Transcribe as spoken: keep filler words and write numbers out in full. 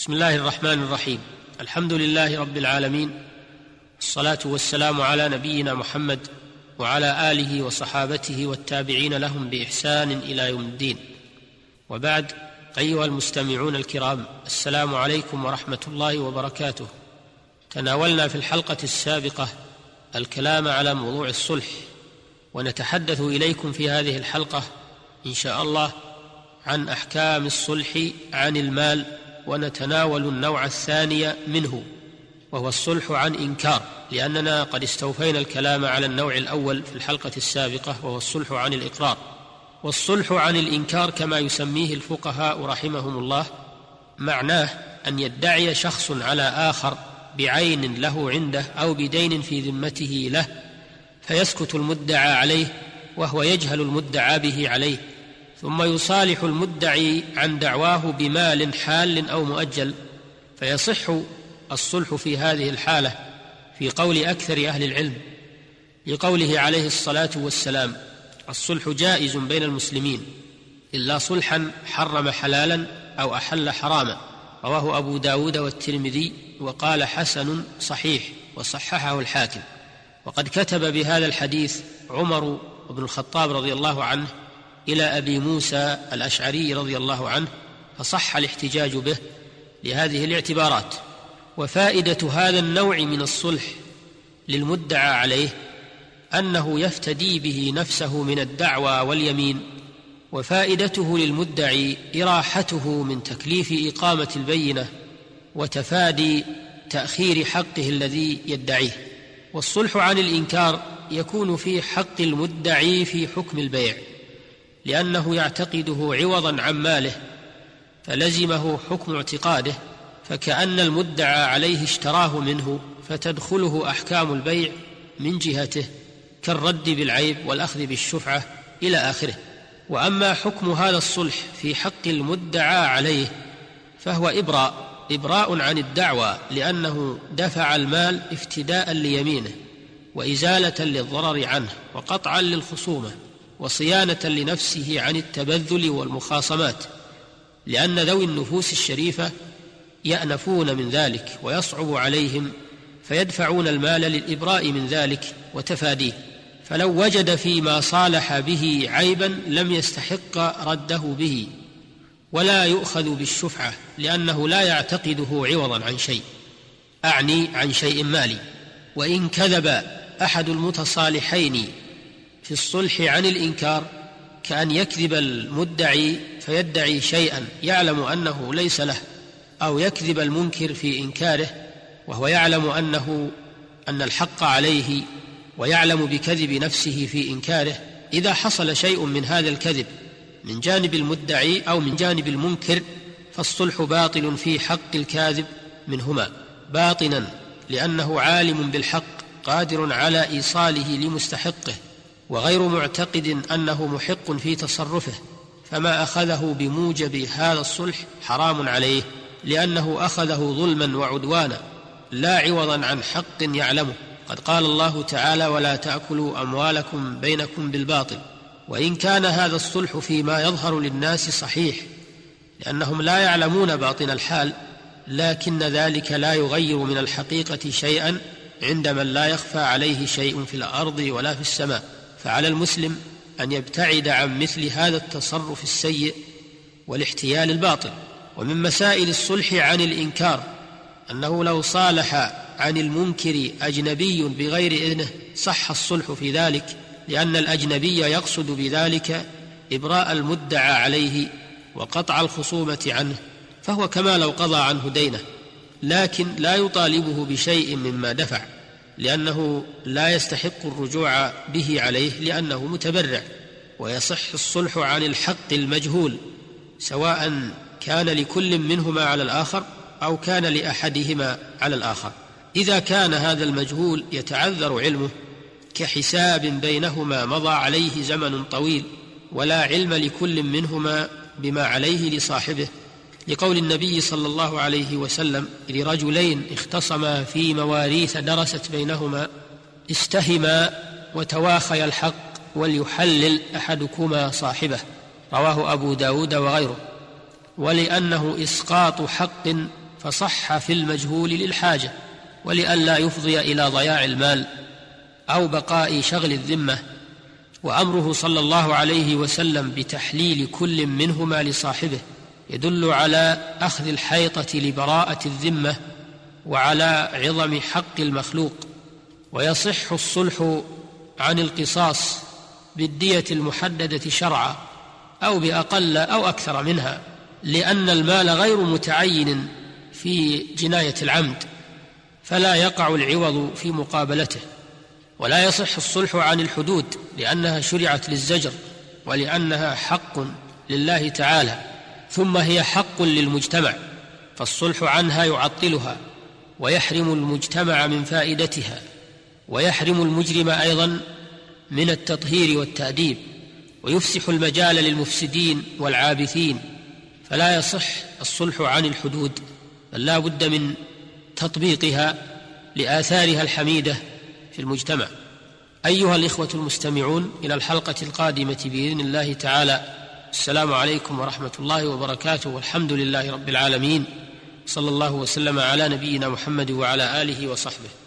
بسم الله الرحمن الرحيم. الحمد لله رب العالمين، الصلاة والسلام على نبينا محمد وعلى آله وصحابته والتابعين لهم بإحسان إلى يوم الدين، وبعد. أيها المستمعون الكرام، السلام عليكم ورحمة الله وبركاته. تناولنا في الحلقة السابقة الكلام على موضوع الصلح، ونتحدث إليكم في هذه الحلقة إن شاء الله عن أحكام الصلح عن المال، ونتناول النوع الثاني منه وهو الصلح عن إنكار، لأننا قد استوفينا الكلام على النوع الأول في الحلقة السابقة وهو الصلح عن الإقرار. والصلح عن الإنكار كما يسميه الفقهاء رحمهم الله معناه أن يدعي شخص على آخر بعين له عنده أو بدين في ذمته له، فيسكت المدعى عليه وهو يجهل المدعى به عليه، ثم يصالح المدعي عن دعواه بمال حال أو مؤجل، فيصح الصلح في هذه الحالة في قول أكثر أهل العلم، لقوله عليه الصلاة والسلام: الصلح جائز بين المسلمين إلا صلحا حرم حلالا أو أحل حراما، رواه أبو داود والترمذي، وقال حسن صحيح، وصححه الحاكم. وقد كتب بهذا الحديث عمر بن الخطاب رضي الله عنه إلى أبي موسى الأشعري رضي الله عنه، فصح الاحتجاج به لهذه الاعتبارات. وفائدة هذا النوع من الصلح للمدعى عليه أنه يفتدي به نفسه من الدعوى واليمين، وفائدته للمدعي إراحته من تكليف إقامة البينة وتفادي تأخير حقه الذي يدعيه. والصلح عن الإنكار يكون في حق المدعي في حكم البيع، لأنه يعتقده عوضا عن ماله فلزمه حكم اعتقاده، فكأن المدعى عليه اشتراه منه، فتدخله أحكام البيع من جهته كالرد بالعيب والأخذ بالشفعة إلى آخره. وأما حكم هذا الصلح في حق المدعى عليه فهو إبراء إبراء عن الدعوى، لأنه دفع المال افتداء ليمينه وإزالة للضرر عنه وقطعا للخصومة وصيانة لنفسه عن التبذل والمخاصمات، لأن ذوي النفوس الشريفة يأنفون من ذلك ويصعب عليهم، فيدفعون المال للإبراء من ذلك وتفاديه. فلو وجد فيما صالح به عيبا لم يستحق رده به، ولا يؤخذ بالشفعة، لأنه لا يعتقده عوضا عن شيء، أعني عن شيء مالي. وإن كذب أحد المتصالحين في الصلح عن الإنكار، كأن يكذب المدعي فيدعي شيئا يعلم أنه ليس له، أو يكذب المنكر في إنكاره وهو يعلم أنه أن الحق عليه ويعلم بكذب نفسه في إنكاره. إذا حصل شيء من هذا الكذب من جانب المدعي أو من جانب المنكر، فالصلح باطل في حق الكاذب منهما، باطنا لأنه عالم بالحق قادر على إيصاله لمستحقه، وغير معتقد أنه محق في تصرفه، فما أخذه بموجب هذا الصلح حرام عليه، لأنه أخذه ظلما وعدوانا لا عوضا عن حق يعلمه. قد قال الله تعالى: ولا تأكلوا أموالكم بينكم بالباطل. وإن كان هذا الصلح فيما يظهر للناس صحيح، لأنهم لا يعلمون باطن الحال، لكن ذلك لا يغير من الحقيقة شيئا عند من لا يخفى عليه شيء في الأرض ولا في السماء. فعلى المسلم أن يبتعد عن مثل هذا التصرف السيء والاحتيال الباطل. ومن مسائل الصلح عن الإنكار أنه لو صالح عن المنكر أجنبي بغير إذنه صح الصلح في ذلك، لأن الأجنبي يقصد بذلك إبراء المدعى عليه وقطع الخصومة عنه، فهو كما لو قضى عنه دينه، لكن لا يطالبه بشيء مما دفع، لأنه لا يستحق الرجوع به عليه لأنه متبرع. ويصح الصلح عن الحق المجهول، سواء كان لكل منهما على الآخر أو كان لأحدهما على الآخر، إذا كان هذا المجهول يتعذر علمه، كحساب بينهما مضى عليه زمن طويل ولا علم لكل منهما بما عليه لصاحبه، لقول النبي صلى الله عليه وسلم: لرجلين اختصما في مواريث درست بينهما استهما وتواخيا الحق وليحلل أحدكما صاحبه، رواه أبو داود وغيره. ولأنه إسقاط حق فصح في المجهول للحاجة ولئلا يفضي إلى ضياع المال أو بقاء شغل الذمة. وأمره صلى الله عليه وسلم بتحليل كل منهما لصاحبه يدل على أخذ الحيطة لبراءة الذمة وعلى عظم حق المخلوق. ويصح الصلح عن القصاص بالدية المحددة شرعا أو بأقل أو أكثر منها، لأن المال غير متعين في جناية العمد فلا يقع العوض في مقابلته. ولا يصح الصلح عن الحدود لأنها شرعت للزجر ولأنها حق لله تعالى، ثم هي حق للمجتمع، فالصلح عنها يعطلها ويحرم المجتمع من فائدتها، ويحرم المجرم أيضا من التطهير والتأديب، ويفسح المجال للمفسدين والعابثين. فلا يصح الصلح عن الحدود، بل لا بد من تطبيقها لآثارها الحميدة في المجتمع. أيها الإخوة المستمعون، إلى الحلقة القادمة بإذن الله تعالى. السلام عليكم ورحمة الله وبركاته، والحمد لله رب العالمين، صلى الله وسلم على نبينا محمد وعلى آله وصحبه.